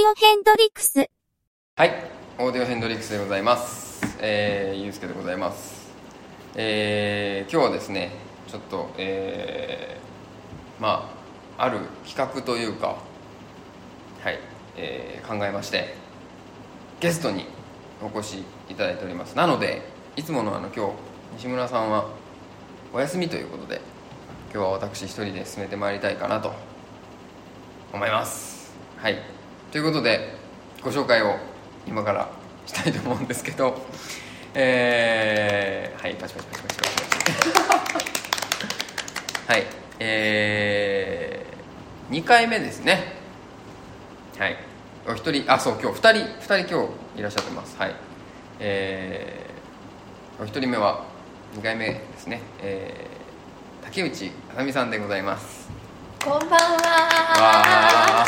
オヘンドリックス。 はい、オーディオヘンドリックスでございます。ゆうすけでございます。今日はですね、ちょっと、ある企画というか、はい、考えまして、ゲストにお越しいただいております。なので、いつもの今日、西村さんはお休みということで、今日は私一人で進めてまいりたいかなと思います。はい、ということで、ご紹介を今からしたいと思うんですけど、はい、パチパチパチパチパチパチはい、2回目ですね。はい、お一人、今日2人今日いらっしゃってます。はい、お一人目は2回目ですね、竹内あさみさんでございます。 こんばんは。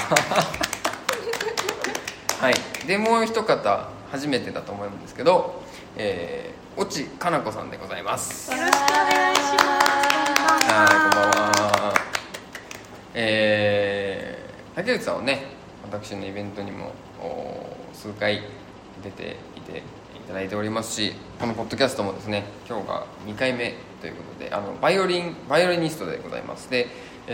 はい、でもう一方初めてだと思うんですけど、越智かな子さんでございます。 よろしくお願いします。 はい、こんばんは。竹内さんはね、私のイベントにも数回出ていていただいておりますし、このポッドキャストもですね、今日が2回目ということで、バイオリニストでございます。で、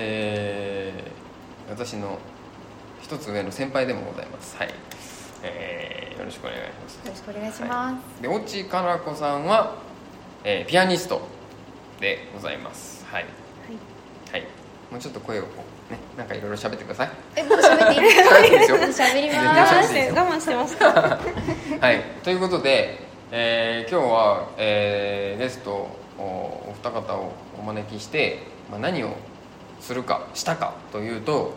私の一つ上の先輩でもございます。はい、よろしくお願いします。 よろしくお願いします。 はい、で、越智かな子さんは、ピアニストでございます。はい、はい、もうちょっと声をこうね、なんかいろいろ喋ってください。 もう喋っていいですか？ 喋っていいですよ。 喋ります。 我慢してますか？ はい、ということで、今日は、ゲストお二方をお招きして、何をしたかというと、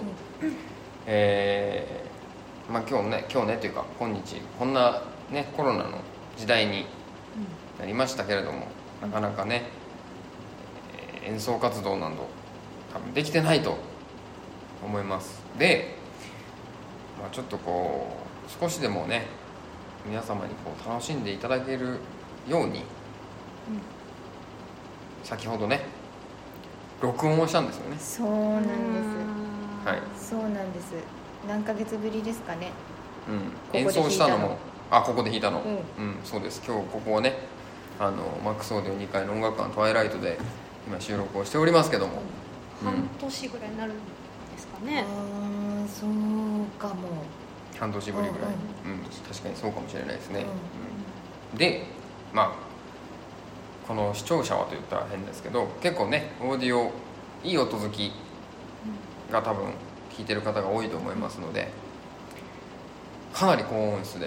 今日ねというか今日こんなねコロナの時代になりましたけれども、なかなかね、演奏活動など多分できてないと思います。で、ちょっとこう少しでもね皆様にこう楽しんでいただけるように、先ほどね録音をしたんですよね。 そうなんです。 はい、 そうなんです。何ヶ月ぶりですかね。 演奏したのもここで弾いたの、そうです。今日ここはね、マックスオーディオ2階の音楽館トワイライトで今収録をしておりますけども、 半年ぐらいになるんですかね。 そうかも。 半年ぶりぐらい、確かにそうかもしれないですね。で、この視聴者はと言ったら変ですけど、結構ねオーディオいい音好きが多分聞いてる方が多いと思いますので、かなり高音質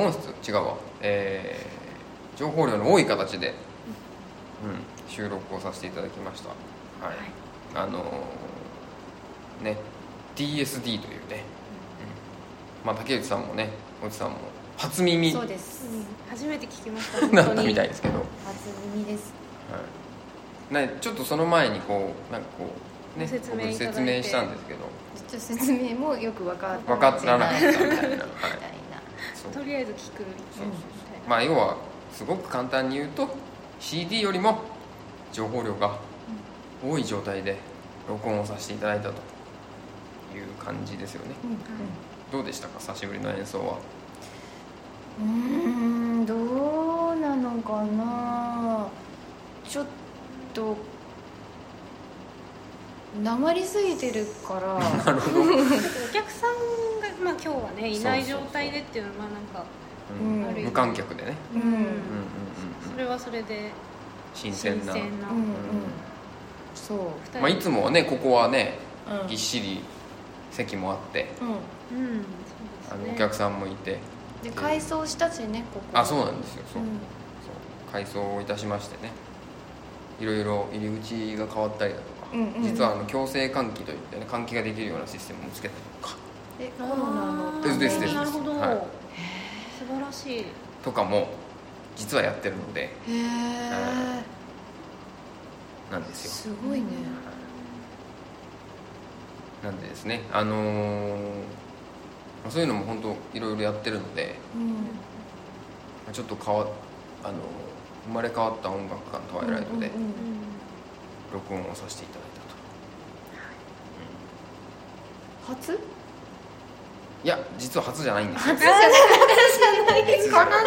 情報量の多い形で、収録をさせていただきました。はい、DSD というね、竹内さんもね越智さんも初耳そうです、 初めて聞きましただったみたいですけど、 初耳です。 ちょっとその前にこう説明したんですけど、 ちょっと説明もよく分からなかったみたいな、 とりあえず聞く。 要はすごく簡単に言うと CD よりも情報量が多い状態で録音をさせていただいたという感じですよね。どうでしたか、久しぶりの演奏は。 どうなのかな。ちょっと訛りすぎてるからなるほど。 お客さんが、今日はねいない状態でっていうのはなんか、 無観客でね、 それはそれで新鮮な、 そういつもはねここはね、ぎっしり席もあって、お客さんもいて、 で改装したしね、ここ。 そうなんですよ。そう改装をいたしましてね、いろいろ入り口が変わったりだとか、実は強制換気といってね、換気ができるようなシステムをつけたりとか、 コロナのですなるほど、 はい、 素晴らしいとかも実はやってるので、なんですよ。 すごいね。 なんでですね、そういうのも本当いろいろやってるので、ちょっと生まれ変わった音楽館トワイライトで録音をさせていただいたと。 初？ いや実は初じゃないんですよ。 初じゃないですか。悲しい。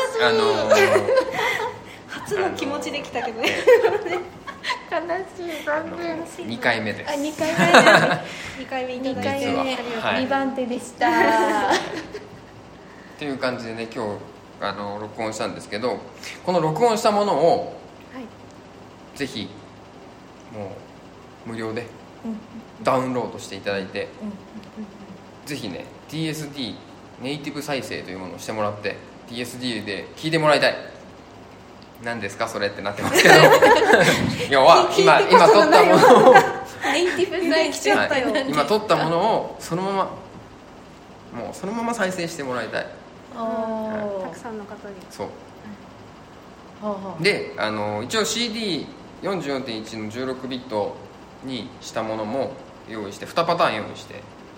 初の気持ちできたけどね。 悲しい、残念。 2回目です。 あ、2回 2回目い目。2 ただいて回目、 はい 2番手でした。 っていう感じでね、今日録音したんですけど、この録音したものをはいぜひもう無料でダウンロードしていただいて、ぜひね TSD ネイティブ再生というものをしてもらって TSD で聞いてもらいたい。何ですかそれってなってますけど要は今撮ったものをネイティブ再生、 はい、今撮ったものをそのまま再生してもらいたい。 たくさんの方に。 そうで一応 CD44.1 の16ビットにしたものも用意して2パターン用意して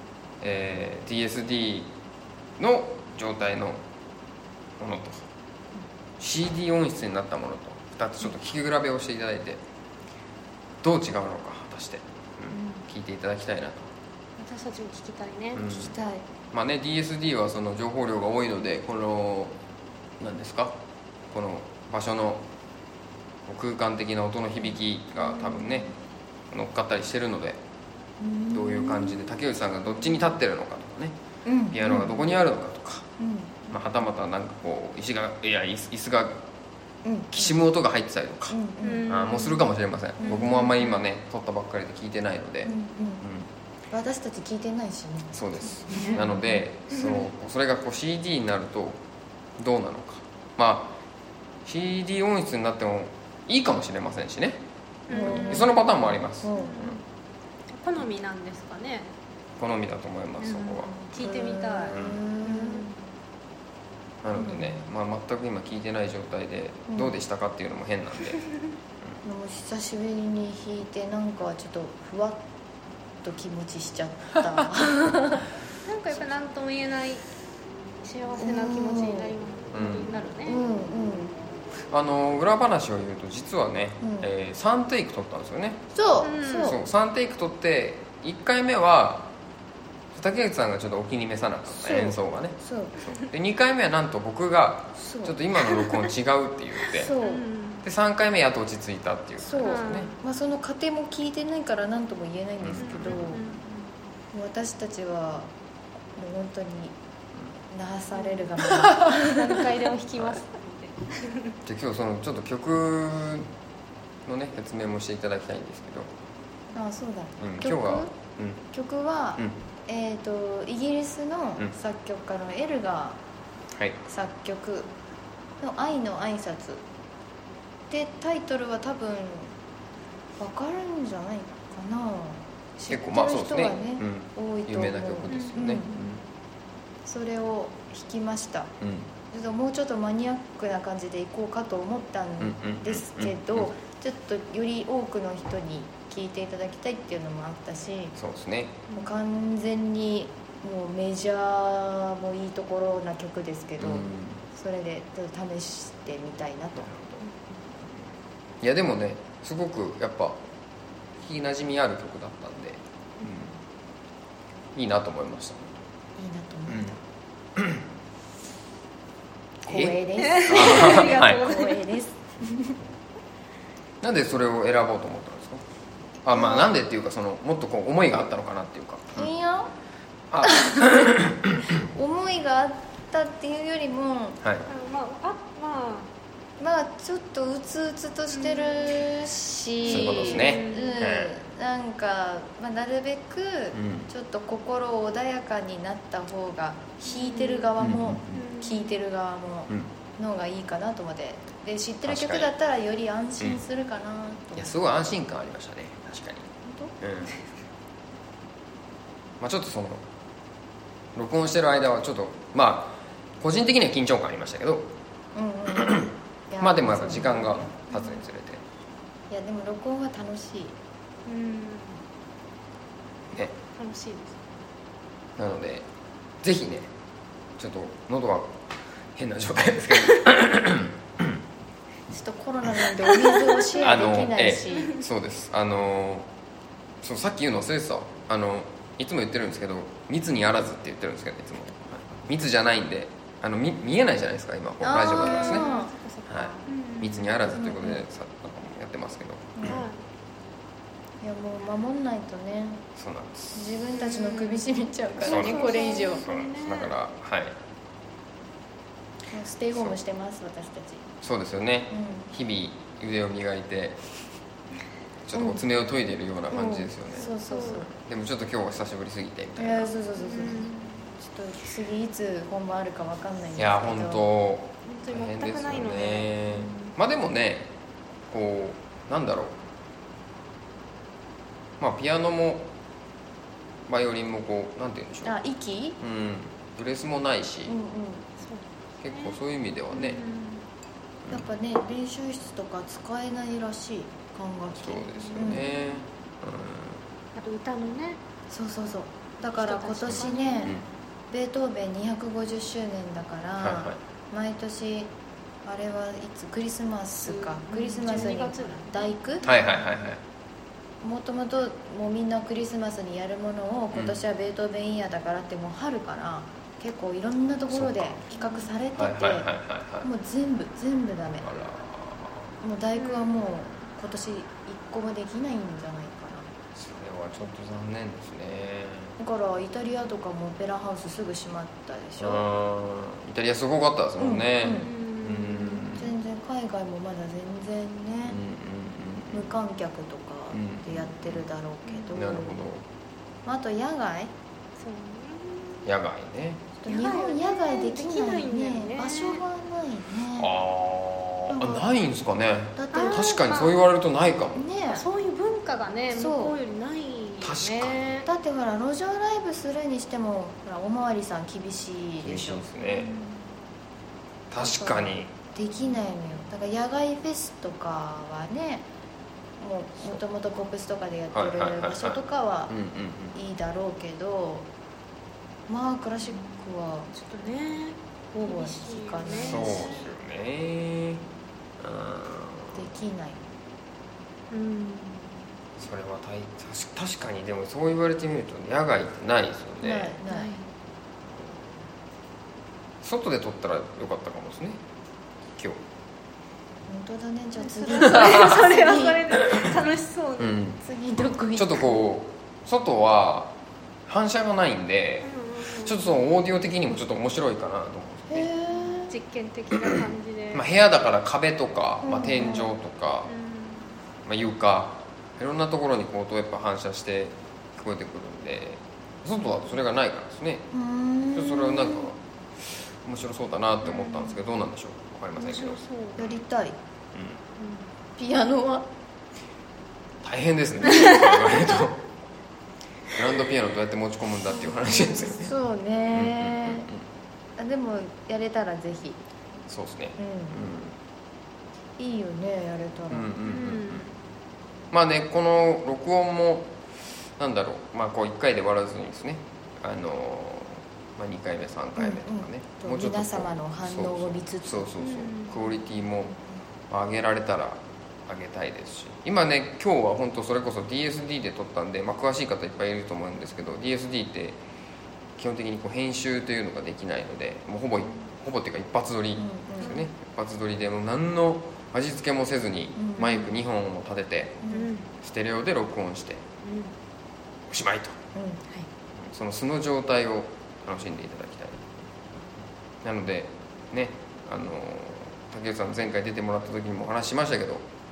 、TSD の状態のものと CD 音質になったものと2つちょっと聞き比べをしていただいて、どう違うのか果たして、聞いていただきたいなと。 私たちも聞きたいね。 聞きたい。 まあね DSD はその情報量が多いので、この何ですか、この場所の空間的な音の響きが多分ね乗っかったりしてるので、どういう感じで竹内さんがどっちに立ってるのかとかね、ピアノがどこにあるのかとか、まあ、はたまたなんかこう椅子がきしむ音が入ってたりとか、もうするかもしれません。僕もあんまり今ね撮ったばっかりで聞いてないので、 私たち聞いてないしね。 そうです。なのでそれがこう CD になるとどうなのか、まあ CD 音質になってもいいかもしれませんしね、そのパターンもあります。 好みなんですかね。 好みだと思います、そこは。 聞いてみたい。 なのでね、まあ、全く今聞いてない状態でどうでしたかっていうのも変なんで、 もう久しぶりに弾いてなんかちょっとふわっと気持ちしちゃったなんかやっぱ何とも言えない幸せな気持ちになるね。 裏話を言うと実はね、3テイク撮ったんですよね。 そう 3テイク撮って、1回目は竹内さんがちょっとお気に召さなかった演奏がね。そうで2回目はなんと僕がちょっと今の録音違うって言ってで3回目やっと落ち着いたっていう感じですね。 まあ、その過程も聞いてないから何とも言えないんですけど、私たちはもう本当に流されるがま何回でも弾きますで今日そのちょっと曲のね説明もしていただきたいんですけど。 ああそうだ、 今日は曲は、イギリスの作曲家のエルガー作曲の愛の挨拶で、タイトルは多分分かるんじゃないかな。知ってる人はね、多いと思う。 有名な曲ですよね。 それを弾きました。もうちょっとマニアックな感じでいこうかと思ったんですけど、ちょっとより多くの人に聴いていただきたいっていうのもあったし、 そうですね、 もう完全にもうメジャーもいいところな曲ですけど、それでちょっと試してみたいなと。 いやでもねすごくやっぱ聞きなじみある曲だったんで、いいなと思いました。 いいなと思った、光栄です。光栄ですなんでそれを選ぼうと思ったんですか。まあなんでっていうか、そのもっとこう思いがあったのかなっていうか。 いや思いがあったっていうよりも、まあちょっとうつうつとしてるし、 そういうことですね。 なんか、なるべくちょっと心穏やかになった方が弾いてる側も聴いてる側ものがいいかなと思って、で知ってる曲だったらより安心するかなと。 いやすごい安心感ありましたね、確かに。ちょっとその録音してる間はちょっと個人的には緊張感ありましたけど、でもやっぱ時間が経つにつれて、 いやでも録音は楽しい。 ね、 楽しいです。 なのでぜひね、ちょっと喉は変な状態ですけどちょっとコロナなんでお水をシェアできないしそうです。さっき言うの忘れてた。いつも言ってるんですけど、密にあらずって言ってるんですけど、いつも、 密じゃないんで見えないじゃないですか今こうラジオでですね、 あはい、密にあらずということで、やってますけど、 いやもう守んないとね。 そうなんです。 自分たちの首絞めちゃうからね、 そうなんですこれ以上。 そうなんですだからはいもうステイホームしてます私たち。 そうですよね、日々腕を磨いてちょっとこう爪を研いでるような感じですよね、 そうそうそう。 でもちょっと今日は久しぶりすぎてみたいな。 いやそうそうそうそう、ちょっと次いつ本番あるかわかんないんですけど。 いや本当当に大変ですよ全くないのでね。まあでもねこうなんだろう、まあピアノもバイオリンもこうなんて言うんでしょう、 息ブレスもないし、 うんうん、 結構そういう意味ではね、 やっぱね練習室とか使えないらしい管楽器。 そうですよね、 あと歌のね、 そうそうそう。だから今年ね、ベートーベン250周年だから、毎年あれはいつクリスマスか、クリスマスに大工、もともともうみんなクリスマスにやるものを今年はベートーベンイヤーだからってもう春から結構いろんなところで企画されてて、もう全部ダメ。もう大工はもう今年1個もできないんじゃないかな。 それはちょっと残念ですね。 だからイタリアとかもオペラハウスすぐ閉まったでしょ。 イタリアすごかったですもんね、 全然海外もまだ全然ね、無観客とかでやってるだろうけど、 なるほど。 あと野外、 野外ね、 日本野外できないね、場所がないね。 ないんですかね。 だって確かにそう言われるとないかもね。 そういう文化がね向こうよりないよね。 確かに。 だってほら路上ライブするにしてもほらおまわりさん厳しいでしょ。 厳しいですね、確かにできないのよ。だから野外フェスとかはね、もともとポップスとかでやってる場所とかはいいだろうけど、まあクラシックはちょっとねほぼ弾かないし、 そうですよね、 できない。 それは確かに。でもそう言われてみると野外ってないですよね。 ない外で撮ったらよかったかもですね今日。 本当だね。じゃあ次それはそれで楽しそう、 次どこ行く？ ちょっとこう外は反射がないんで、ちょっとそのオーディオ的にもちょっと面白いかなと思うんですね。 実験的な感じで、 部屋だから壁とか、天井とか、床、いろんなところにこう音やっぱ反射して聞こえてくるんで、外はそれがないからですね。ちょっとそれはなんか面白そうだなって思ったんですけど、どうなんでしょう、分かりませんけど。 やりたい、ピアノは大変ですね言われるとグランドピアノどうやって持ち込むんだっていう話ですよね。 そうね、でもやれたらぜひ。 そうですね、 いいよね、やれたら。 まあね、この録音もなんだろう、まあこう1回で終わらずにですね、2回目3回目とかね、 もうちょっと皆様の反応を見つつ、 クオリティも上げられたら上げたいですし、今ね今日は本当それこそ DSD で撮ったんで、詳しい方いっぱいいると思うんですけど、 DSD って基本的にこう編集というのができないので、もうほぼっていうか一発撮りですよね、一発撮りでもう何の味付けもせずにマイク2本を立ててステレオで録音しておしまいと、その素の状態を楽しんでいただきたい。なのでね、竹内さん前回出てもらった時にもお話ししましたけど、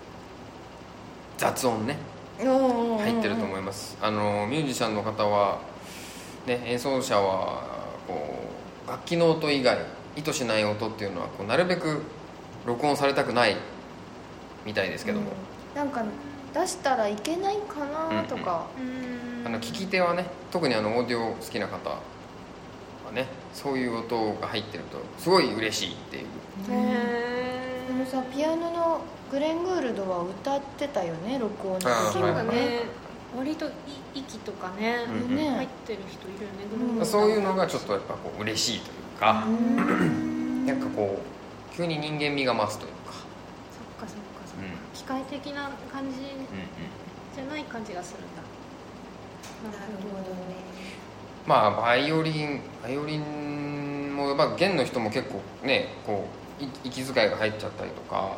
雑音ね入ってると思います。ミュージシャンの方は、ね、演奏者はこう楽器の音以外意図しない音っていうのはこうなるべく録音されたくないみたいですけども、 なんか出したらいけないかなとか、 聞き手はね、特にオーディオ好きな方はね、そういう音が入ってるとすごい嬉しいっていう。 でもさ、ピアノのグレン・グールドは歌ってたよね、録音の時はね。 割と息とかね、入ってる人いるよね、 そういうのがちょっとやっぱこう嬉しいというかなんかこう急に人間味が増すというか、 そっか、機械的な感じじゃない感じがするんだ。 なるほどね。 まあバイオリンも弦の人も結構ねこう息遣いが入っちゃったりとか、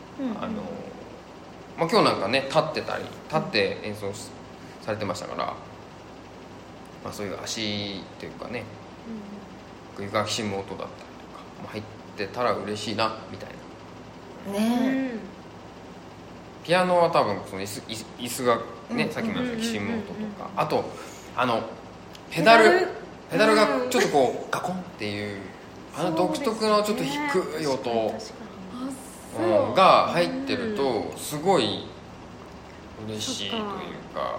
今日なんかね立って演奏されてましたから、そういう足というかね、床がきしむ音だったりとか入ってたら嬉しいなみたいなね。 ピアノは多分その椅子がね、さっきも言ったきしむ音とか、あとペダルがちょっとこうガコンっていう独特のちょっと低い音が入ってるとすごい嬉しいというか、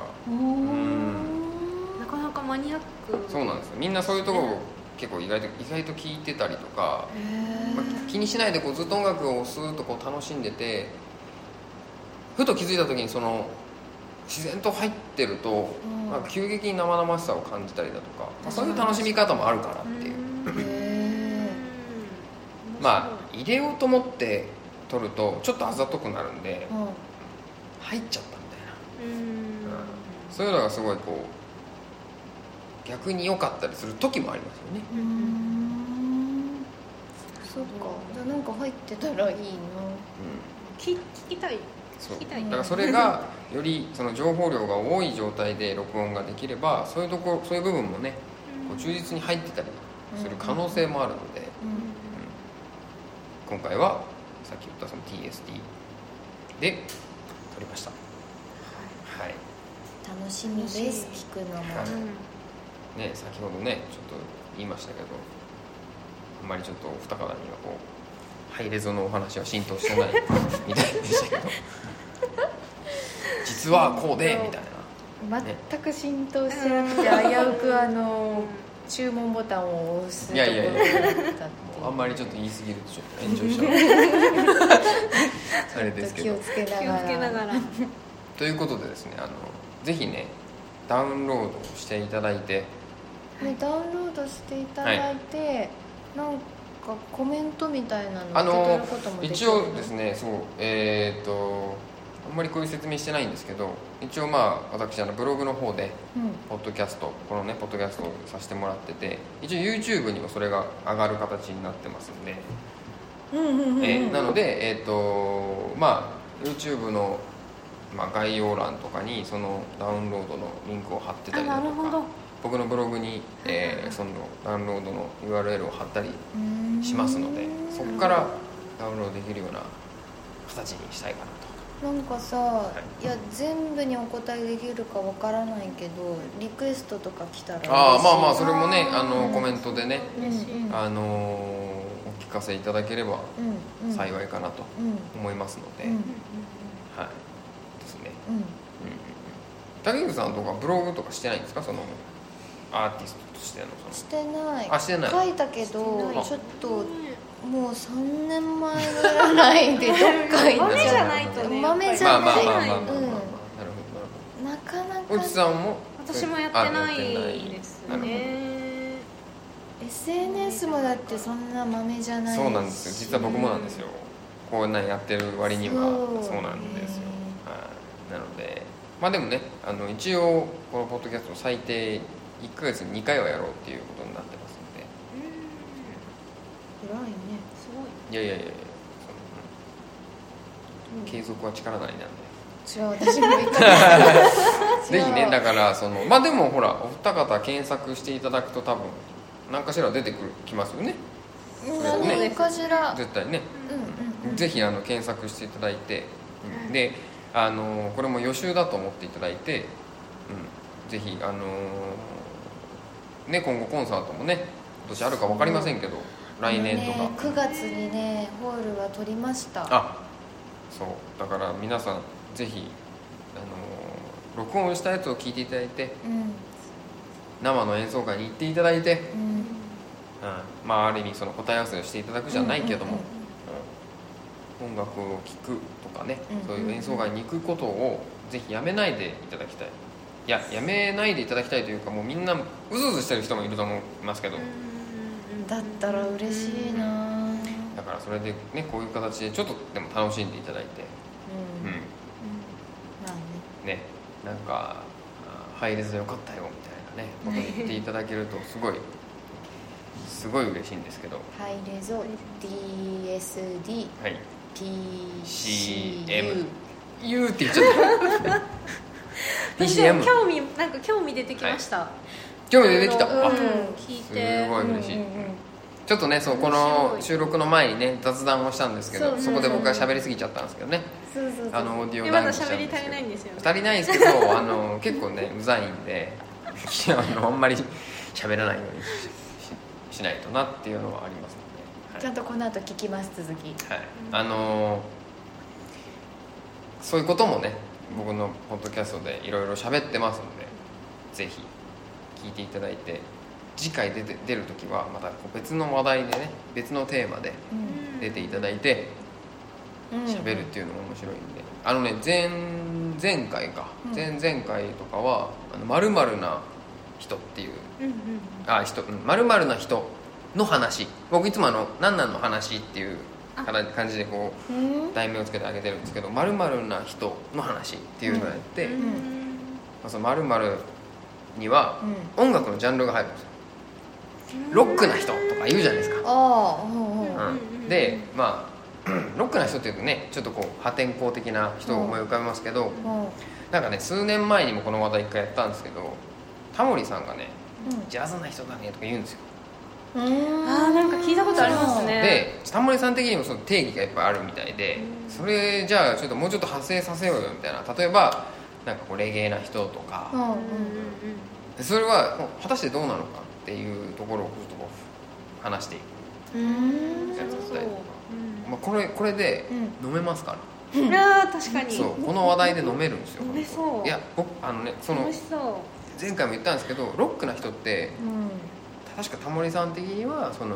なかなかマニアック。 そうなんですよ。みんなそういうところ結構意外と聞いてたりとか、気にしないでこうずっと音楽をスーッとこう楽しんでて、ふと気づいた時にその自然と入ってると、急激に生々しさを感じたりだとか、そういう楽しみ方もあるかなっていう。入れようと思って撮るとちょっとあざとくなるんで、入っちゃったみたいな、そういうのがすごいこう逆に良かったりする時もありますよね。 そうか。じゃあなんか入ってたらいいな。 聞きたい。 そうだからそれがよりその情報量が多い状態で録音ができれば、そういう部分もねこう忠実に入ってたりする可能性もあるので、今回はさっき言ったその TSD で撮りました。はい、 楽しみです。聞くのも、 ね、先ほどねちょっと言いましたけど、あんまりちょっとお二方にはこうハイレゾのお話は浸透してないみたいでしたけど実はこうでみたいな、 全く浸透してなくて、危うく注文ボタンを押すところだったっていう。 あんまりちょっと言い過ぎるとちょっと炎上しちゃうあれですけど、 気をつけながらということでですね、ぜひねダウンロードしていただいて、 ダウンロードしていただいて、なんかコメントみたいなのを受け取ることもできるの？ 一応ですね、そうあんまりこういう説明してないんですけど、一応私ブログの方でポッドキャストをさせてもらってて、一応 YouTube にもそれが上がる形になってますんで、なのでYouTube の概要欄とかにそのダウンロードのリンクを貼ってたりだとか、僕のブログにそのダウンロードの URL を貼ったりしますので、そこからダウンロードできるような形にしたいかなと。 なんかさ、いや全部にお答えできるかわからないけど、リクエストとか来たら嬉しい。 それもねコメントでね、お聞かせいただければ幸いかなと思いますので、はいですね。竹口さんとかブログとかしてないんですか、そのアーティストとしてのしてない。 してない。 書いたけどちょっともう3年前ぐらいでどっか行っ豆じゃちゃう。 ないとね、 豆じゃない。 なるほど。 なかなか。 おじさんも？ 私もやってないですね。 SNS もだってそんな豆じゃないし。 そうなんですよ。実は僕もなんですよ。こうやってる割にはそうなんですよ。なのででもね、一応このポッドキャスト最低1ヶ月に2回はやろうっていうことになってますので。 偉いね。 すごい。 いや継続は力なりなんで。 違う、私も言ったぜひね、だからでもほらお二方検索していただくと多分何かしら出てきますよね。 何かしら絶対ね。ぜひ検索していただいて、でこれも予習だと思っていただいて、ぜひ今後コンサートもね今年あるか分かりませんけど、来年とか 9月にねホールは取りました。 そうだから皆さんぜひ録音したやつを聞いていただいて、生の演奏会に行っていただいて、ある意味その答え合わせをしていただくじゃないけども、音楽を聴くとかね、そういう演奏会に行くことをぜひやめないでいただきたい。いや、やめないでいただきたいというか、もうみんなうずうずしてる人もいると思いますけど、 だったら嬉しいな。 だからそれでね、こういう形でちょっとでも楽しんでいただいて、なんか入れずよかったよみたいなねこと言っていただけるとすごい嬉しいんですけど。 ハイレゾ DSD、 はい、 TCM U って言っちゃった TCM 興味出てきました、はい、 興味出てきた、 聞いてすごい嬉しい、ちょっとねこの収録の前にね雑談をしたんですけど、そこで僕が喋りすぎちゃったんですけどね、オーディオダウンしちゃうんですけど、まだ喋り足りないんですよね。足りないですけど結構ねうざいんであんまり喋らないようにしないとなっていうのはありますので、はい、 ちゃんとこの後聞きます。続き、 はい、そういうこともね僕のポッドキャストでいろいろ喋ってますので、ぜひ聞いていただいて、次回出るときはまた別の話題でね、別のテーマで出ていただいて喋るっていうのも面白いんで、前々回とかは〇〇な人っていう〇〇な人の話、僕いつも何々の話っていう感じで題名をつけてあげてるんですけど、〇〇な人の話っていうのをやって、その〇〇には音楽のジャンルが入るんですよ。ロックな人とか言うじゃないですか。でロックな人っていうとねちょっと破天荒的な人を思い浮かべますけど、なんかね数年前にもこの話題一回やったんですけど、タモリさんがね、ジャズな人だねとか言うんですよ。 なんか聞いたことありますね。 でタモリさん的にもその定義がやっぱあるみたいで、それじゃあちょっともうちょっと派生させようよみたいな、例えばなんかレゲエな人とか、それは果たしてどうなのかっていうところをちょっと話していくやつだったりとか、これで飲めますから、 確かにそうこの話題で飲めるんですよ。 飲めそう。 いや僕その前回も言ったんですけど、ロックな人って、確かタモリさん的にはその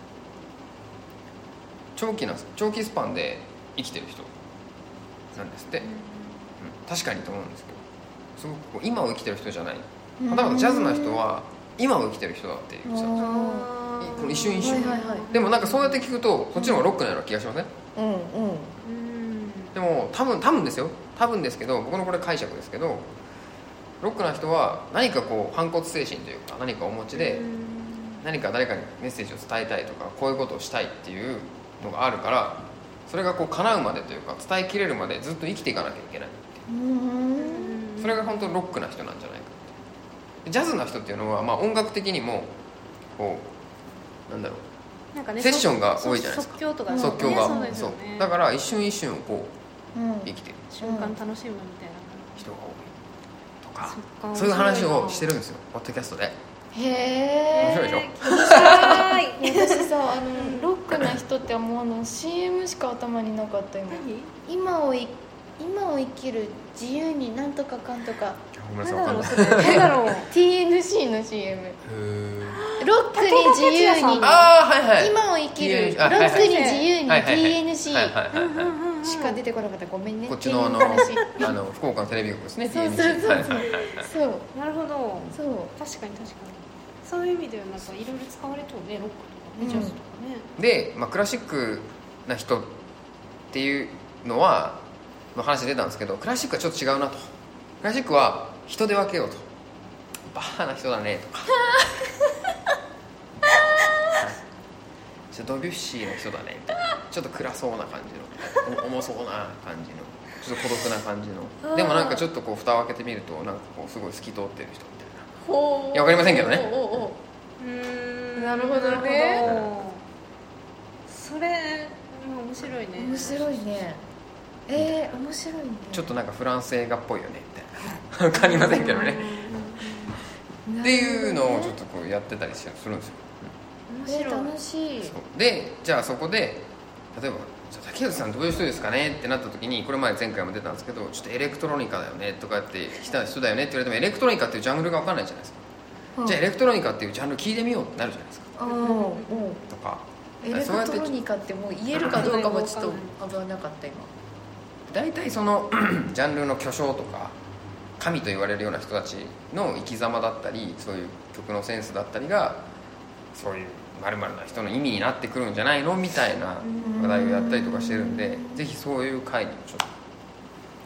長期スパンで生きてる人なんですって、確かにと思うんですけど、すごく今を生きてる人じゃない。だからジャズな人は今を生きてる人だって言ってたんですよ。この一瞬、でもなんかそうやって聞くとそっちの方がロックなような気がしません？でも多分ですけど、僕のこれ解釈ですけど、ロックな人は何か反骨精神というか何かお持ちで、何か誰かにメッセージを伝えたいとか、こういうことをしたいっていうのがあるから、それが叶うまでというか伝えきれるまでずっと生きていかなきゃいけないっていう、それが本当にロックな人なんじゃないかって。ジャズな人っていうのは、音楽的にもなんだろう、セッションが多いじゃないですか。即興が、そうだから一瞬一瞬を生きてる瞬間楽しむみたいな人が多いとか、そういう話をしてるんですよ、ポッドキャストで。 へえ、 面白いでしょ。 私さ、ロックな人ってCM しか頭になかった。今を生きる自由になんとかかんとか、 なんだろうTNC の CM。ロックに自由に、今を生きるロックに自由に TNC しか出てこなかった。ごめんね。 こっちの福岡のテレビ局ですね。 そうなるほど。 そう、 確かにそういう意味ではなんかいろいろ使われてるね、ロックとかね、ジャズとかね。 で、クラシックな人っていうの話出たんですけど、クラシックはちょっと違うなと。クラシックは人で分けようと。バカな人だねとかドビュッシーの人だねみたいな、ちょっと暗そうな感じの、重そうな感じの、ちょっと孤独な感じの、でもなんかちょっと蓋を開けてみるとなんかすごい透き通ってる人みたいな。いや、分かりませんけどね。 なるほどね。 それ面白いね。 面白いね。面白いね。 ちょっとなんかフランス映画っぽいよねみたいな分かりませんけどねっていうのをちょっとやってたりするんですよ。 楽しい。 で、じゃあそこで例えば竹内さんどういう人ですかねってなった時に、これ前回も出たんですけど、ちょっとエレクトロニカだよねとかって来た人だよねって言われても、エレクトロニカっていうジャンルが分かんないじゃないですか。じゃあエレクトロニカっていうジャンル聞いてみようってなるじゃないですか。とかエレクトロニカってもう言えるかどうかもちょっと危なかった今。 大体そのジャンルの巨匠とか神と言われるような人たちの生き様だったり、そういう曲のセンスだったりがそういう〇〇な人の意味になってくるんじゃないのみたいな話題をやったりとかしてるんで、ぜひそういう回にもちょっと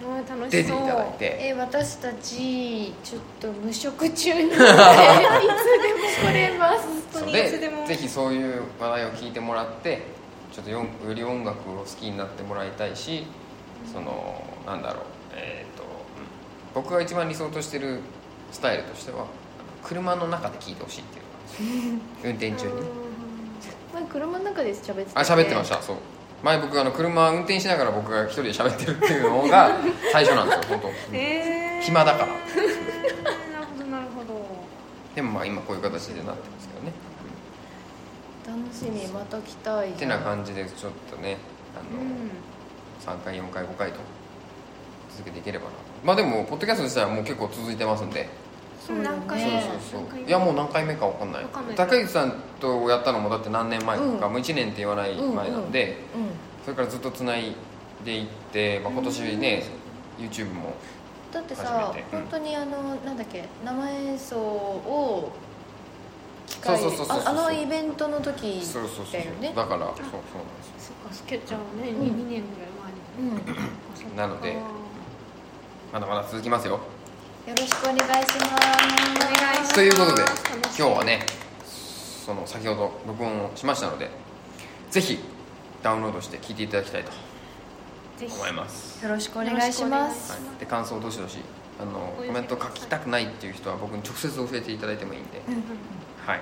出ていただいて、 私たちちょっと無職中にいつでも来れます本当にいつでも。ぜひそういう話題を聞いてもらってちょっとより音楽を好きになってもらいたいし、なんだろう、僕が一番理想としてるスタイルとしては車の中で聴いてほしいっていう運転中にね。 前車の中で喋ってた、 喋ってました。そう、前僕車運転しながら僕が一人で喋ってるっていうのが最初なんですよ本当。暇だからなるほどなるほど。 でも今こういう形でなってますけどね。 楽しみ、また来たいってな感じでちょっとね3回4回5回と続けていければな。まあでもポッドキャスト自体はもう結構続いてますんで。 何回いやもう何回目か分かんない。高市さんとやったのもだって何年前か、もう1年って言わない前なんで、それからずっとつないでいって、今年ね YouTube もだってさ、本当になんだっけ、生演奏を機会、あのイベントの時だよね。 だからそうなんですよ。 そっか、じゃあね、2年ぐらい前に。 なのでまだまだ続きますよ。 よろしくお願いします。 ということで今日はね先ほど録音をしましたので、ぜひダウンロードして聴いていただきたいと思います。 よろしくお願いします。 で感想をどしどしコメント書きたくないっていう人は僕に直接教えていただいてもいいんで、はい、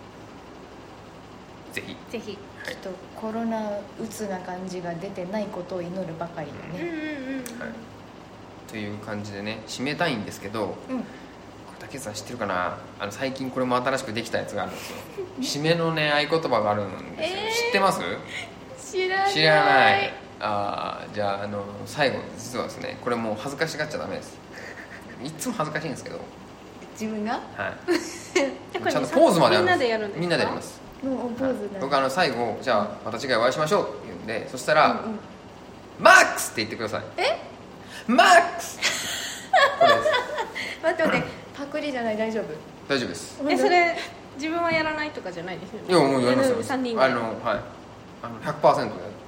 ぜひちょっとコロナうつな感じが出てないことを祈るばかりだね。 という感じでね締めたいんですけど、これ竹内さん知ってるかな、最近これも新しくできたやつがあるんですよ。締めのね合言葉があるんですよ、知ってます？ 知らない。じゃあ最後実はですね、これもう恥ずかしがっちゃダメです。いつも恥ずかしいんですけど、 自分がちゃんとポーズまであるんです。みんなでやります。 もうポーズ僕最後じゃあまた次回お会いしましょうって言うんで、そしたらマックスって言ってください。マックスこれです。 待ってパクリじゃない？大丈夫？ 大丈夫です。 それ自分はやらないとかじゃないですよね。 いやもうやりますよ。 3人で 100% で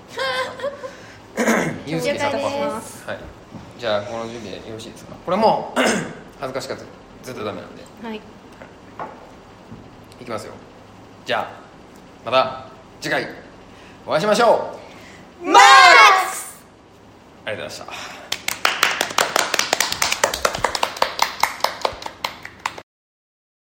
ゆうすけ 100%。 はい。じゃあこの準備でよろしいですか？これも恥ずかしかった絶対ダメなんで。 はい。 いきますよ。じゃあまた次回お会いしましょう。マックス。ありがとうございました。